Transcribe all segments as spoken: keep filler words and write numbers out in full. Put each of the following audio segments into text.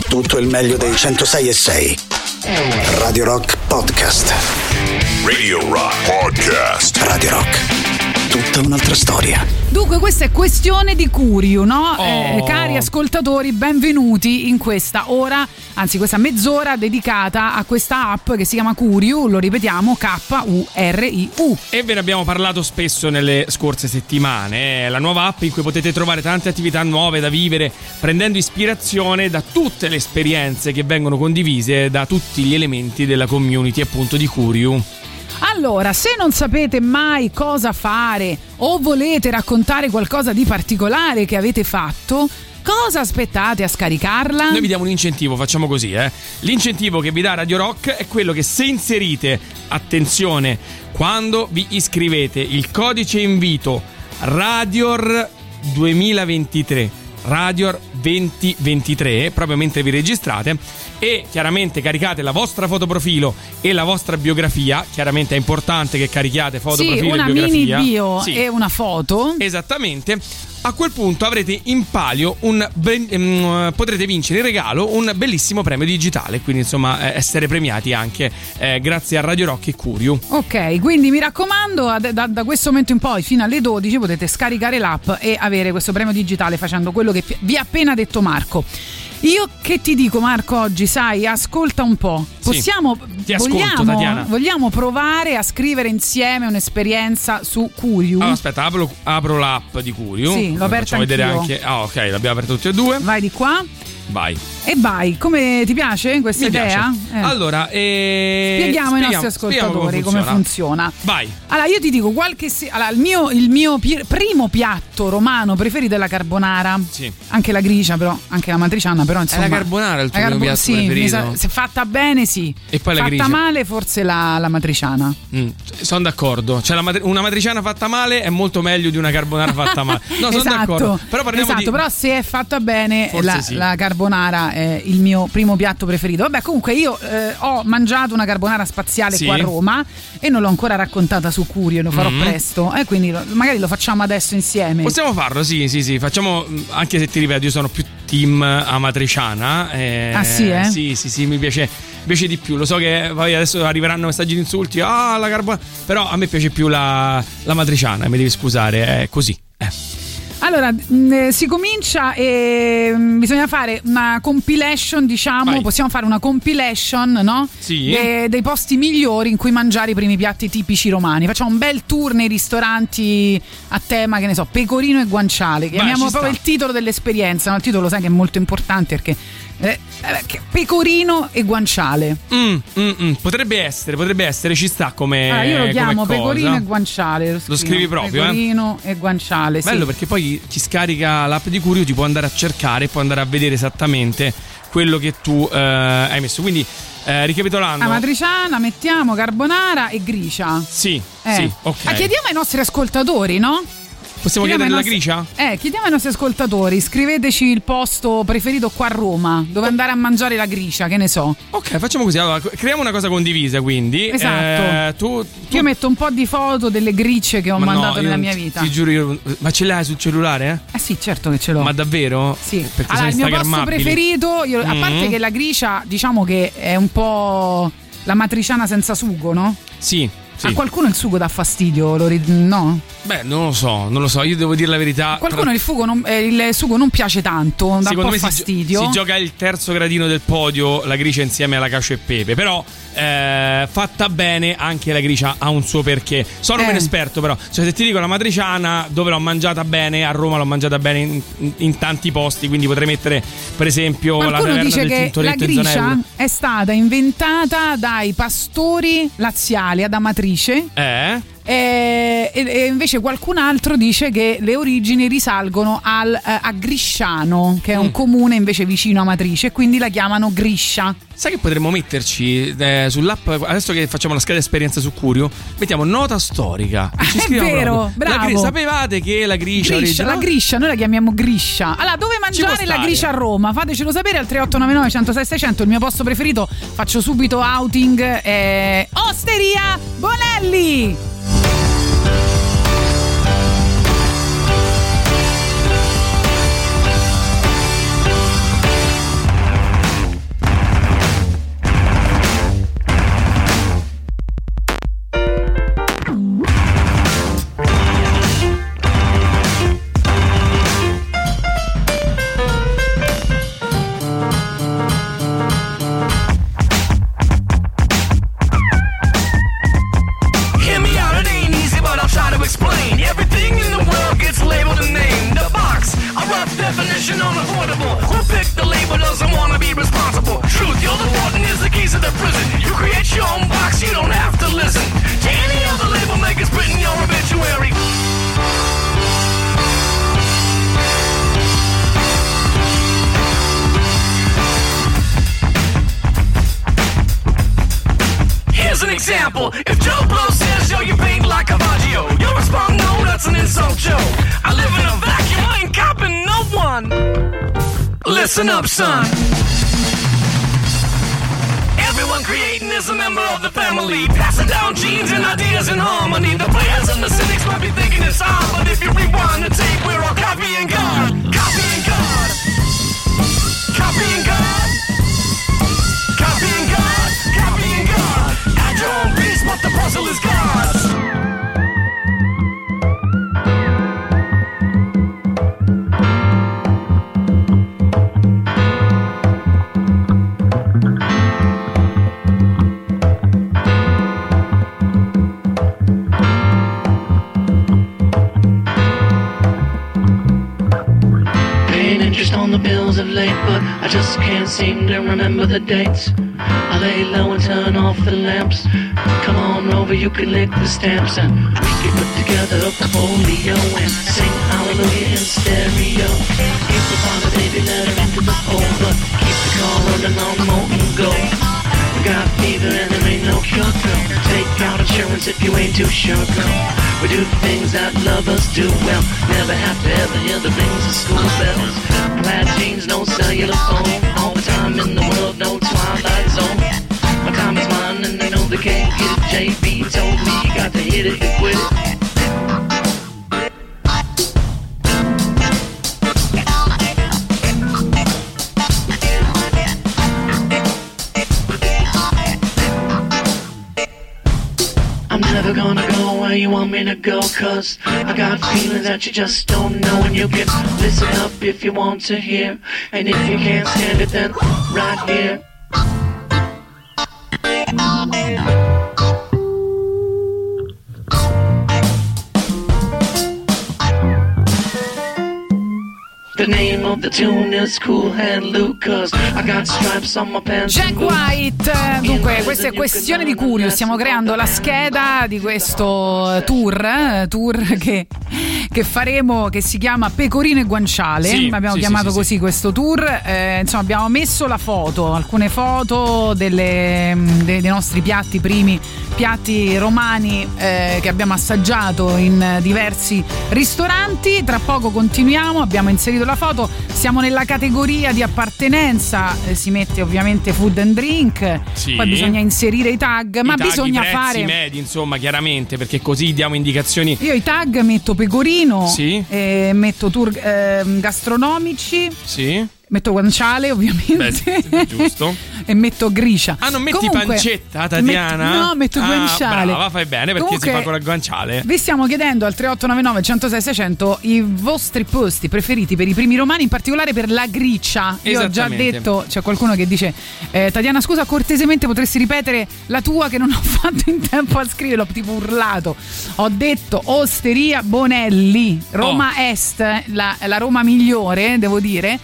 tutto il meglio dei centosei e sei. Radio Rock Podcast. Radio Rock Podcast. Radio Rock. Tutta un'altra storia. Dunque, questa è Questione di Curio, no? Oh. Eh, cari ascoltatori, benvenuti in questa ora, anzi questa mezz'ora dedicata a questa app che si chiama Curio, lo ripetiamo, K U R I U. E ve ne abbiamo parlato spesso nelle scorse settimane. È la nuova app in cui potete trovare tante attività nuove da vivere, prendendo ispirazione da tutte le esperienze che vengono condivise da tutti gli elementi della community appunto di Curio. Allora, se non sapete mai cosa fare o volete raccontare qualcosa di particolare che avete fatto, cosa aspettate a scaricarla? Noi vi diamo un incentivo, facciamo così, eh. L'incentivo che vi dà Radio Rock è quello che se inserite, attenzione, quando vi iscrivete il codice invito Radior duemilaventitré, Radior duemilaventitré, proprio mentre vi registrate, e chiaramente caricate la vostra foto profilo e la vostra biografia. Chiaramente è importante che carichiate foto sì, profilo una e biografia. mini bio sì. e una foto. Esattamente. A quel punto avrete in palio un ben, um, potrete vincere in regalo un bellissimo premio digitale, quindi insomma eh, essere premiati anche eh, grazie a Radio Rock e Curio. Ok, quindi mi raccomando, da, da questo momento in poi fino alle dodici potete scaricare l'app e avere questo premio digitale facendo quello che vi ha appena detto Marco. Io che ti dico, Marco, oggi, sai, ascolta un po'. Possiamo, sì, ti ascolto, vogliamo, Tatiana. vogliamo provare a scrivere insieme un'esperienza su Curio? Oh, aspetta, apro, apro l'app di Curio. Sì, l'ho aperta facciamo vedere anch'io. anche. Ah, ok, l'abbiamo aperta tutti e due. Vai di qua. Vai. E vai, come ti piace questa Mi idea? piace. Eh. Allora, eh... spieghiamo, ai spieghiamo nostri ascoltatori come funziona. come funziona. Vai. Allora, io ti dico qualche se... allora, il mio, il mio pi... primo piatto romano preferito è la carbonara. Sì. Anche la gricia, però, anche la matriciana, però insomma. È la carbonara il tuo la primo piatto sì, preferito? Sa... se fatta bene, sì. E poi la fatta gricia? male, forse la, la matriciana. Mm, sono d'accordo. Cioè, la matri- una matriciana fatta male è molto meglio di una carbonara fatta male. No, sono esatto. d'accordo. Però parliamo esatto, di... però se è fatta bene, Forse la, sì. la carbonara è il mio primo piatto preferito. Vabbè, comunque io eh, ho mangiato una carbonara spaziale Sì. qua a Roma e non l'ho ancora raccontata su Curio, lo farò Mm. presto, e eh, quindi lo, magari lo facciamo adesso insieme. Possiamo farlo, sì, sì, sì. Facciamo, anche se ti ripeto, io sono più team amatriciana. Eh, Ah, sì, eh? Sì, sì, sì, mi piace, mi piace di più. Lo so che poi adesso arriveranno messaggi di insulti. Ah, la carbonara. Però a me piace più la, la matriciana, mi devi scusare, è così. Eh. Allora, mh, si comincia e mh, bisogna fare una compilation, diciamo, Vai. possiamo fare una compilation, no? Sì. De- dei posti migliori in cui mangiare i primi piatti tipici romani. Facciamo un bel tour nei ristoranti a tema, che ne so, pecorino e guanciale. Chiamiamo ci proprio sta. il titolo dell'esperienza, no? Il titolo, sai, che è molto importante perché eh, eh, che- pecorino e guanciale. Mm, mm, mm. Potrebbe essere, potrebbe essere, ci sta come. Allora, io lo chiamo come cosa. pecorino e guanciale. Lo, Lo scrivo. scrivi proprio, eh? Pecorino e guanciale, sì. Bello, perché poi chi scarica l'app di Curio ti può andare a cercare e può andare a vedere esattamente quello che tu eh, hai messo. Quindi eh, ricapitolando. Amatriciana, mettiamo carbonara e gricia. Sì, Eh. sì, ok. Ah, chiediamo ai nostri ascoltatori, no? Possiamo Chiediamo chiedere ai la nostri- gricia? Eh, chiediamo ai nostri ascoltatori, scriveteci il posto preferito qua a Roma, dove andare a mangiare la gricia, che ne so. Ok, facciamo così. Allora, creiamo una cosa condivisa, quindi. Esatto. Eh, tu, tu... Io metto un po' di foto delle gricie che ho Ma no, mandato io nella non- mia vita. Ti giuro, io... ma ce l'hai sul cellulare? Eh sì, certo che ce l'ho. Ma davvero? Sì. Perché Allora, il sono mio posto instagrammabili. preferito, io- a Mm. parte che la gricia, diciamo che è un po' la matriciana senza sugo, no? Sì, sì. A qualcuno il sugo dà fastidio, lo ri- no? Beh, non lo so, non lo so. Io devo dire la verità. A qualcuno tra- il, fugo non- eh, il sugo non piace tanto, dà un Secondo po' me si, gio- fastidio. si gioca il terzo gradino del podio la gricia insieme alla cacio e pepe. Però eh, fatta bene anche la gricia ha un suo perché. Sono Eh. un esperto, però. Cioè, se ti dico la matriciana, dove l'ho mangiata bene, a Roma l'ho mangiata bene in, in- in tanti posti. Quindi potrei mettere, per esempio, la Qualcuno taverna dice del che la Tintoretto in zona gricia euro. è stata inventata dai pastori laziali ad Amatrice. Eh? E, e- e invece qualcun altro dice che le origini risalgono al, eh, a Grisciano, che è un Mm. comune invece vicino a Amatrice, e quindi la chiamano Griscia. Sai che potremmo metterci eh, sull'app, adesso che facciamo la scheda esperienza su Curio, mettiamo nota storica. E ci È scriviamo vero, proprio. La bravo. gri- sapevate che la gricia, Griscia, origina- la Griscia, noi la chiamiamo Griscia. Allora, dove Ci mangiare può la stare. Griscia a Roma? Fatecelo sapere al tre otto nove nove, uno zero sei, sei zero zero. Il mio posto preferito, faccio subito outing, è Osteria Bonelli. example. If Joe Blow says, yo, you paint like Caravaggio, you'll respond, no, that's an insult, Joe. I live in a vacuum, I ain't copping no one. Listen up, son. Everyone creating is a member of the family, passing down genes and ideas in harmony. The players and the cynics might be thinking it's odd, but if you rewind the tape, we're all copying God. Copying God. Copying God. Copying God. Copying God. Add your own piece, but the puzzle is God's. Bills of late, but I just can't seem to remember the dates. I lay low and turn off the lamps. Come on over, you can lick the stamps, and we can put together a folio and sing hallelujah in stereo. If we find a baby, let her into the hole, but keep the car running on molten gold. We got fever and there ain't no cure, girl. Take out insurance if you ain't too sure, girl. We do things that lovers do well. Never have to ever hear the rings of school bells. Plaid jeans, no cellular phone. All the time in the world, no twilight zone. My time is mine and they know they can't get it. J B told me you got to hit it to quit it. Never gonna go where you want me to go, cause I got feelings that you just don't know. And you can listen up if you want to hear, and if you can't stand it, then right here. The name of the tune is Cool Hand Luke, cause I got stripes on my pants. Jack White. Dunque, questa è questione di Curio. Stiamo creando la scheda di questo tour, tour che, che faremo, che si chiama Pecorino e Guanciale. Sì, abbiamo sì, chiamato sì, così sì. questo tour. Eh, insomma, abbiamo messo la foto, alcune foto delle, dei, dei nostri piatti primi, piatti romani eh, che abbiamo assaggiato in diversi ristoranti. Tra poco continuiamo, abbiamo inserito la foto, siamo nella categoria di appartenenza, eh, si mette ovviamente food and drink, sì. Poi bisogna inserire i tag, I ma tag, bisogna i prezzi fare medi, insomma, chiaramente, perché così diamo indicazioni. Io i tag metto pecorino, sì. eh, metto tour eh, gastronomici, sì. metto guanciale ovviamente. Beh, giusto. E metto gricia. Ah, non metti Comunque, pancetta, Tatiana? Met- no, metto ah, guanciale. Brava, fai bene, perché Comunque, si fa con la guanciale. Vi stiamo chiedendo al tre otto nove nove, centosei, seicento i vostri posti preferiti per i primi romani, in particolare per la gricia. Io ho già detto, c'è qualcuno che dice eh, Tatiana, scusa, cortesemente potresti ripetere la tua, che non ho fatto in tempo a scriverlo, tipo urlato. Ho detto Osteria Bonelli, Roma oh. Est, la, la Roma migliore, devo dire.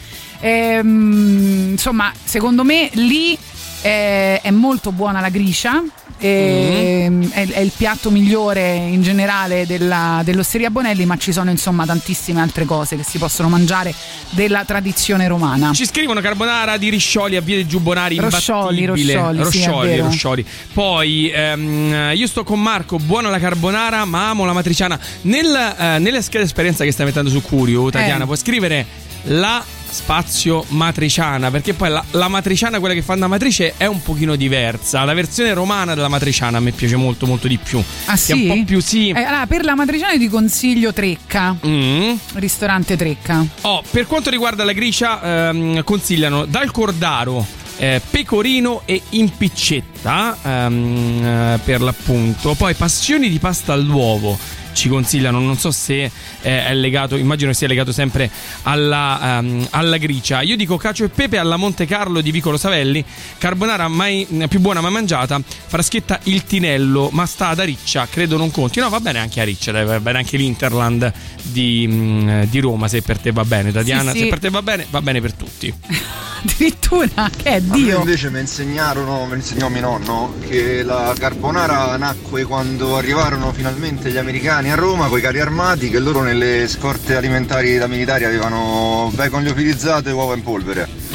Ehm, insomma, secondo me lì eh, è molto buona la gricia. E mm-hmm. è, è il piatto migliore in generale della, dell'Osteria Bonelli, ma ci sono insomma tantissime altre cose che si possono mangiare della tradizione romana. Ci scrivono carbonara di Riscioli a Via dei Giubbonari, Roscioli, imbattibile. Roscioli, Roscioli, sì, Roscioli. Poi ehm, io sto con Marco, buona la carbonara, ma amo la matriciana. Nel, eh, nella scheda esperienza che stai mettendo su Curio, Tatiana, eh. puoi scrivere la spazio matriciana, perché poi la, la matriciana, quella che fanno la matrice, è un pochino diversa. La versione romana della matriciana a me piace molto molto di più. Ah, sì? È un po' più sì. Eh, allora, per la matriciana ti consiglio Trecca, mm. ristorante Trecca. Oh, per quanto riguarda la gricia, ehm, consigliano dal Cordaro eh, pecorino e impiccetta, ehm, eh, per l'appunto. Poi passioni di pasta all'uovo ci consigliano, non so se eh, è legato, immagino sia legato sempre alla, um, alla gricia. Io dico cacio e pepe alla Monte Carlo di Vicolo Savelli, carbonara mai più buona mai mangiata, fraschetta il Tinello, ma sta ad Ariccia, credo non conti. No, va bene anche Ariccia, dai, va bene anche l'Interland di, mh, di Roma, se per te va bene, Tatiana. Sì, sì. Se per te va bene, va bene per tutti. Addirittura, che è Dio. A me invece mi insegnarono, mi insegnò mio nonno, che la carbonara nacque quando arrivarono finalmente gli americani a Roma con i carri armati, che loro nelle scorte alimentari da militari avevano bacon liofilizzato e uova in polvere. Mm.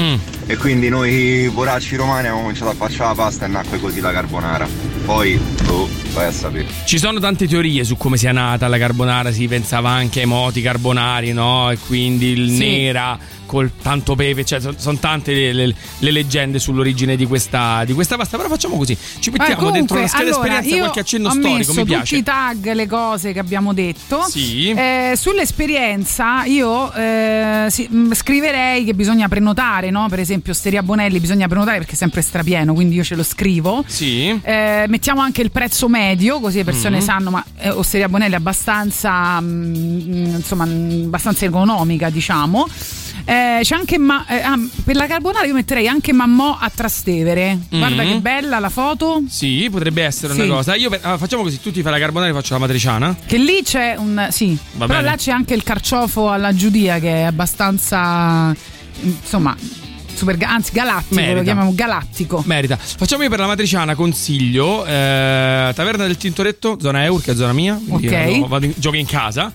e quindi noi poracci romani abbiamo cominciato a facciare la pasta e nacque così la carbonara. Poi, oh, vai a sapere. Ci sono tante teorie su come sia nata la carbonara, si pensava anche ai moti carbonari, no? E quindi il Sì. nera col tanto pepe, cioè sono son tante le, le- le leggende sull'origine di questa, di questa pasta, però facciamo così, ci mettiamo Eh, comunque, dentro la scheda allora, esperienza io qualche accenno ho storico, messo mi piace. tutti i tag, le cose che abbiamo detto. Sì. Eh, sull'esperienza io eh, sì, mh, scriverei che bisogna prenotare, no? Per esempio Osteria Bonelli bisogna prenotare perché è sempre strapieno, quindi io ce lo scrivo. Sì. Eh, mettiamo anche il prezzo medio così le persone Mm-hmm. sanno, ma eh, Osteria Bonelli è abbastanza mh, insomma mh, abbastanza economica, diciamo. Eh, c'è anche ma- eh, ah, per la carbonara io metterei anche Mammò a Trastevere. Guarda Mhm. che bella la foto. Sì, potrebbe essere Sì. una cosa. Io per- ah, facciamo così, tu ti fai la carbonara e io faccio la matriciana. Che lì c'è un sì, Va però bene. là c'è anche il carciofo alla giudia che è abbastanza insomma super ga- anzi galattico, Merita. lo chiamiamo galattico. Merita. Facciamo io per la matriciana, consiglio eh, Taverna del Tintoretto, zona Eur, che è zona mia. quindi, Ok. eh, no, vado in- gioco in casa.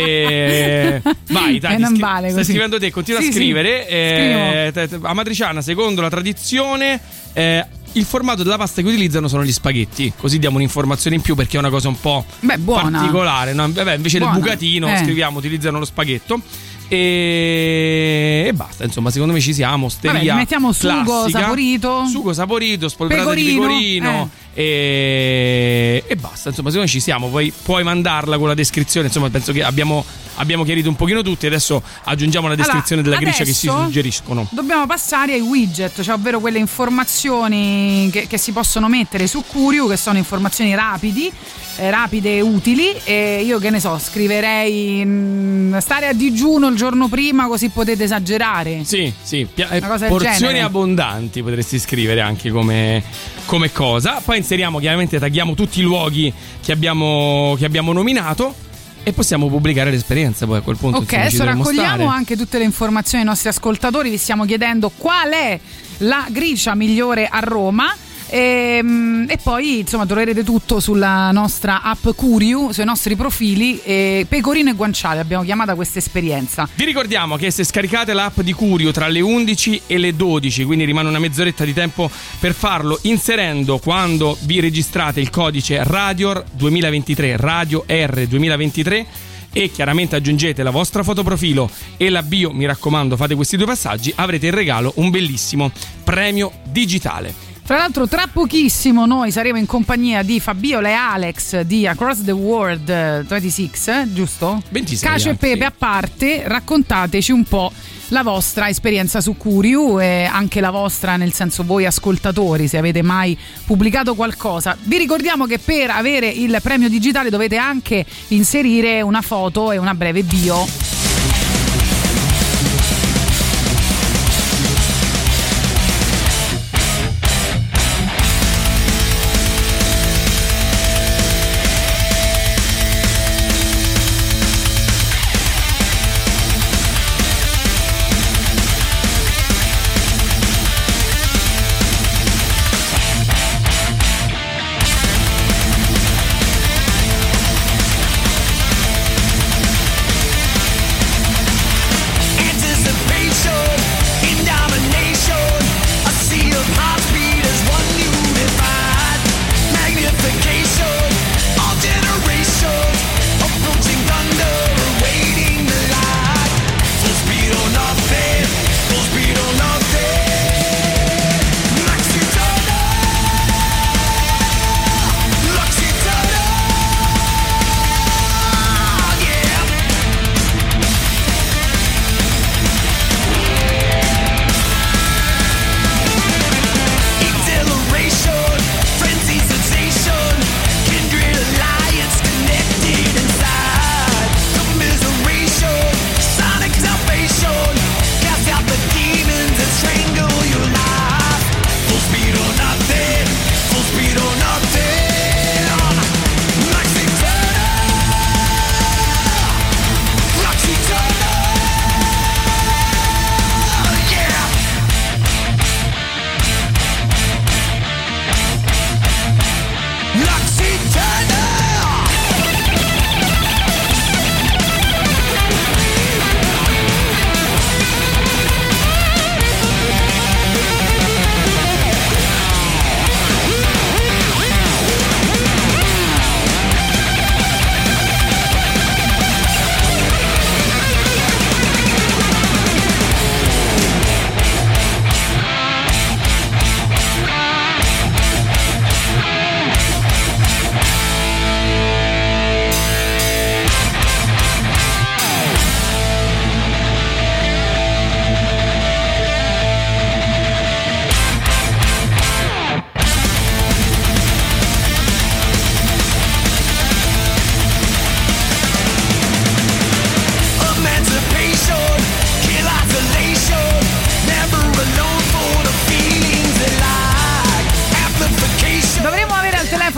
E vai, dai, E non scri- vale stai così. scrivendo te, continua Sì, a sì. scrivere. Scrivo. Eh, te- te- a matriciana, secondo la tradizione, eh, il formato della pasta che utilizzano sono gli spaghetti. Così diamo un'informazione in più perché è una cosa un po' Beh, buona. particolare. No? Vabbè, invece Buona. del bucatino Eh. scriviamo utilizzano lo spaghetto. E... e basta, insomma, secondo me ci siamo. Osteria Vabbè, gli mettiamo sugo classica. saporito. Sugo saporito, spolverato di Pecorino, pecorino. E... e basta, insomma, secondo me ci siamo. Poi puoi mandarla con la descrizione. Insomma, penso che abbiamo, abbiamo chiarito un pochino tutti. Adesso aggiungiamo la descrizione Allora, della gricia che si adesso suggeriscono. Dobbiamo passare ai widget, cioè ovvero quelle informazioni che, che si possono mettere su Curiu, che sono informazioni rapidi, eh, rapide e utili. E io che ne so, scriverei mh, stare a digiuno il giorno prima così potete esagerare. Sì, sì, pia- eh, Una cosa del porzioni genere. abbondanti potresti scrivere anche come, come cosa. Poi inseriamo, chiaramente tagliamo tutti i luoghi che abbiamo, che abbiamo nominato e possiamo pubblicare l'esperienza. Poi a quel punto Ok, insomma, ci adesso dovremmo raccogliamo stare. anche tutte le informazioni ai nostri ascoltatori. Vi stiamo chiedendo qual è la gricia migliore a Roma. E, e poi insomma troverete tutto sulla nostra app Curiu, sui nostri profili. E pecorino e guanciale abbiamo chiamata questa esperienza. Vi ricordiamo che se scaricate l'app di Curiu tra le undici e le dodici, quindi rimane una mezz'oretta di tempo per farlo, inserendo quando vi registrate il codice RADIOR duemilaventitré, Radio R duemilaventitré, e chiaramente aggiungete la vostra foto profilo e la bio, mi raccomando fate questi due passaggi, avrete in regalo un bellissimo premio digitale. Tra l'altro tra pochissimo noi saremo in compagnia di Fabiola e Alex di Across the World eh, ventisei, eh, giusto? ventisei Cacio e anche, pepe sì. a parte, raccontateci un po' la vostra esperienza su Curiu e anche la vostra, nel senso voi ascoltatori, se avete mai pubblicato qualcosa. Vi ricordiamo che per avere il premio digitale dovete anche inserire una foto e una breve bio.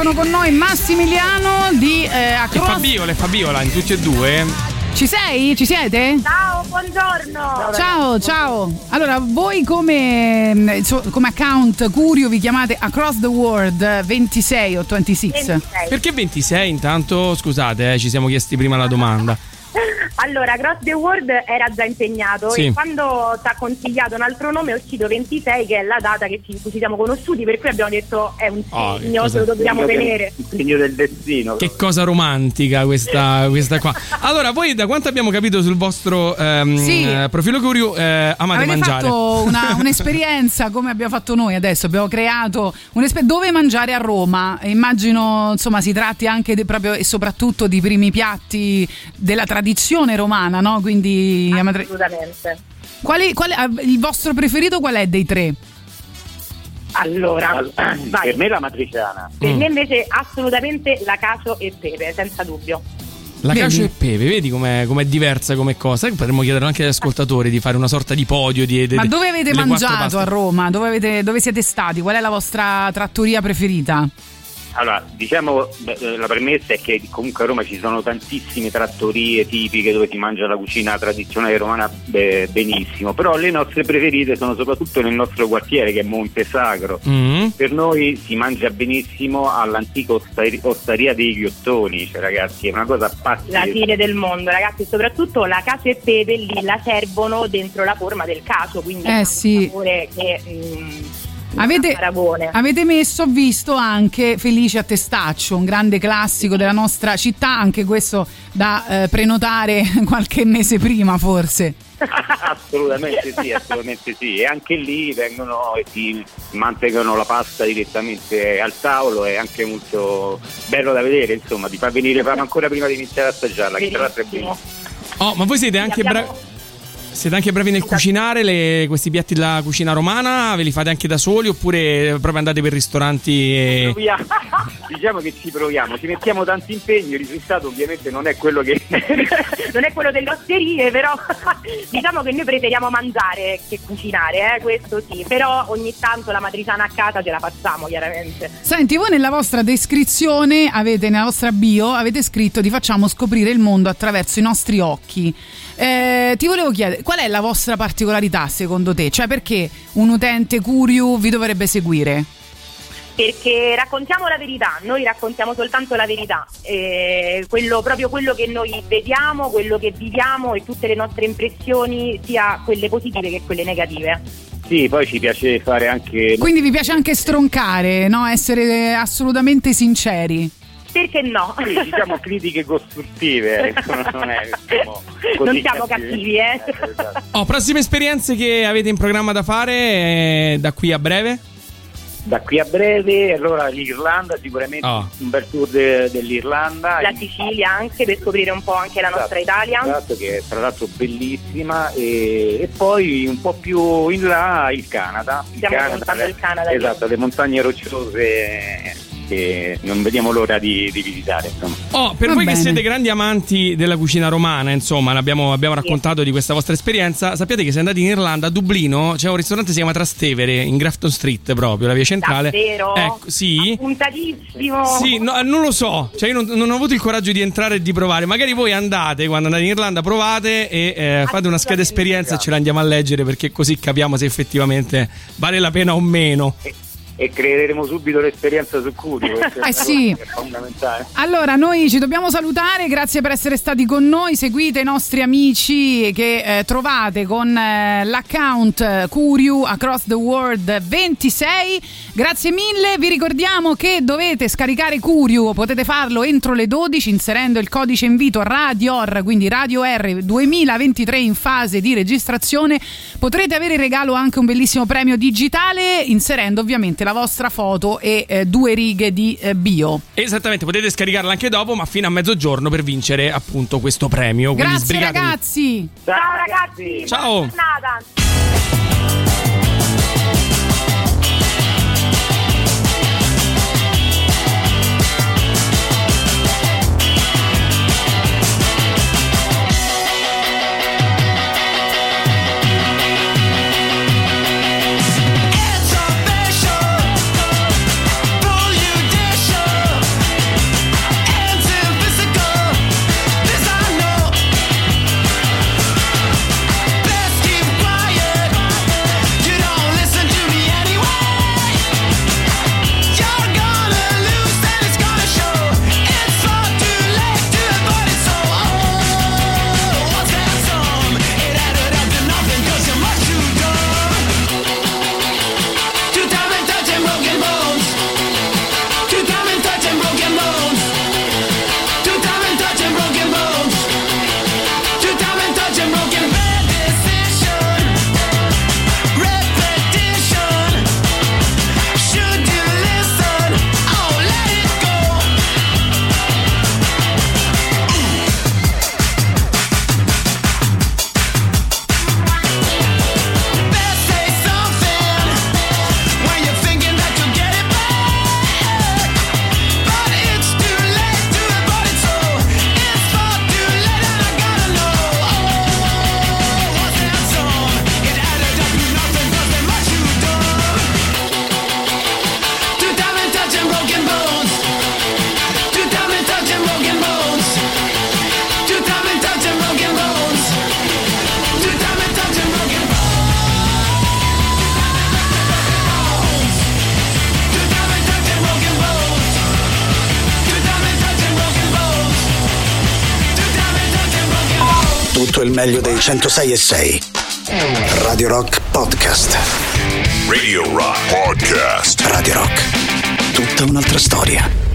telefono con noi Massimiliano di eh, Across. E Fabiola, e Fabiola, in tutti e due. Ci sei? Ci siete? Ciao, buongiorno. Ciao, ciao. Allora, voi come, come account Curio vi chiamate Across the World ventisei o ventisei? ventisei. Perché ventisei intanto? Scusate, eh, ci siamo chiesti prima la domanda. Allora, Cross the World era già impegnato Sì. e quando ti ha consigliato un altro nome è uscito ventisei, che è la data che ci, in cui ci siamo conosciuti, per cui abbiamo detto è un Oh, che segno, cosa- ce lo dobbiamo tenere. Il segno del destino. Che cosa romantica questa, questa qua. Allora, voi da quanto abbiamo capito sul vostro ehm, Sì. eh, profilo Curio, eh, amate Avete mangiare. fatto una, un'esperienza come abbiamo fatto noi adesso, abbiamo creato un'esperienza dove mangiare a Roma. Immagino insomma si tratti anche di, proprio e soprattutto di primi piatti della tradizione romana, no? Quindi amate- Assolutamente. quali, qual è, il vostro preferito qual è dei tre? Allora, vai. Per me la matriciana. Per Mm. me invece assolutamente la cacio e pepe, senza dubbio. La Vedi? cacio e pepe, vedi com'è, com'è diversa come cosa? Potremmo chiedere anche agli ascoltatori di fare una sorta di podio di, di- Ma dove avete delle quattro mangiato paste. a Roma? Dove, avete, dove siete stati? Qual è la vostra trattoria preferita? Allora, diciamo, beh, la premessa è che comunque a Roma ci sono tantissime trattorie tipiche dove si mangia la cucina tradizionale romana beh, benissimo, però le nostre preferite sono soprattutto nel nostro quartiere, che è Monte Sacro. Mm. Per noi si mangia benissimo all'antica ostari- osteria dei Ghiottoni, cioè ragazzi è una cosa La pazzesca. fine del mondo, ragazzi, soprattutto la cacio e pepe lì la servono dentro la forma del cacio, quindi Eh, ha un sì. sapore che mm, Avete, non ha paragone. avete messo, ho visto anche Felice a Testaccio, un grande classico della nostra città, anche questo da eh, prenotare qualche mese prima forse. Assolutamente sì, assolutamente sì. E anche lì vengono e ti mantecano la pasta direttamente al tavolo, è anche molto bello da vedere, insomma, ti fa venire fame ancora prima di iniziare a assaggiarla, che tra l'altro è Benissimo. bellissima. Oh, ma voi siete anche Abbiamo- bravi. Siete anche bravi nel cucinare le- questi piatti della cucina romana? Ve li fate anche da soli oppure proprio andate per ristoranti e... Proviamo. Diciamo che ci proviamo, ci mettiamo tanti impegni, il risultato ovviamente non è quello che Non è quello delle osterie, però diciamo che noi preferiamo mangiare che cucinare, eh, questo sì, però ogni tanto la matriciana a casa ce la facciamo chiaramente. Senti, voi nella vostra descrizione avete, nella vostra bio, avete scritto: ti facciamo scoprire il mondo attraverso i nostri occhi. Eh, ti volevo chiedere, qual è la vostra particolarità secondo te? Cioè, perché un utente Curio vi dovrebbe seguire? Perché raccontiamo la verità, noi raccontiamo soltanto la verità, eh, quello, proprio quello che noi vediamo, quello che viviamo e tutte le nostre impressioni, sia quelle positive che quelle negative. sì, poi ci piace fare anche Quindi vi piace anche stroncare, no? Essere assolutamente sinceri. Perché no? sì, diciamo critiche costruttive, non è diciamo, così Non siamo cattivi, eh. esatto. Oh, prossime esperienze che avete in programma da fare eh, da qui a breve? Da qui a breve, allora l'Irlanda sicuramente Oh. un bel tour de- dell'Irlanda. La Sicilia anche, per scoprire un po' anche la nostra Esatto, Italia. esatto, che è tra l'altro bellissima, e, e poi un po' più in là il Canada. Il Stiamo Canada, puntando eh, il Canada, esatto, le montagne rocciose che non vediamo l'ora di, di visitare, insomma. Oh, per Va voi bene. che siete grandi amanti della cucina romana, insomma, abbiamo, abbiamo raccontato di questa vostra esperienza. Sappiate che se andate in Irlanda, a Dublino, c'è un ristorante che si chiama Trastevere, in Grafton Street, proprio, la via centrale. Davvero? Ecco, sì. Puntatissimo. Sì, no, non lo so, cioè io non, non ho avuto il coraggio di entrare e di provare. Magari voi andate, quando andate in Irlanda, provate e eh, fate una scheda esperienza e ce la andiamo a leggere, perché così capiamo se effettivamente vale la pena o meno. E, e creeremo subito l'esperienza su Curio, questa è una Eh cosa sì. che è fondamentale. Allora, noi ci dobbiamo salutare, grazie per essere stati con noi. Seguite i nostri amici che eh, trovate con eh, l'account eh, Curio Across the World ventisei. Grazie mille, vi ricordiamo che dovete scaricare Curio, potete farlo entro le dodici inserendo il codice invito RADIOR, quindi Radio R duemilaventitré in fase di registrazione. Potrete avere in regalo anche un bellissimo premio digitale inserendo ovviamente la vostra foto e eh, due righe di eh, bio. Esattamente, potete scaricarla anche dopo, ma fino a mezzogiorno per vincere appunto questo premio. Quindi Grazie sbrigatevi. ragazzi. Ciao ragazzi. Ciao. Buona giornata. It's official, full edition. ascoltato il meglio dei centosei e sei. Radio Rock Podcast. Radio Rock Podcast. Radio Rock. Tutta un'altra storia.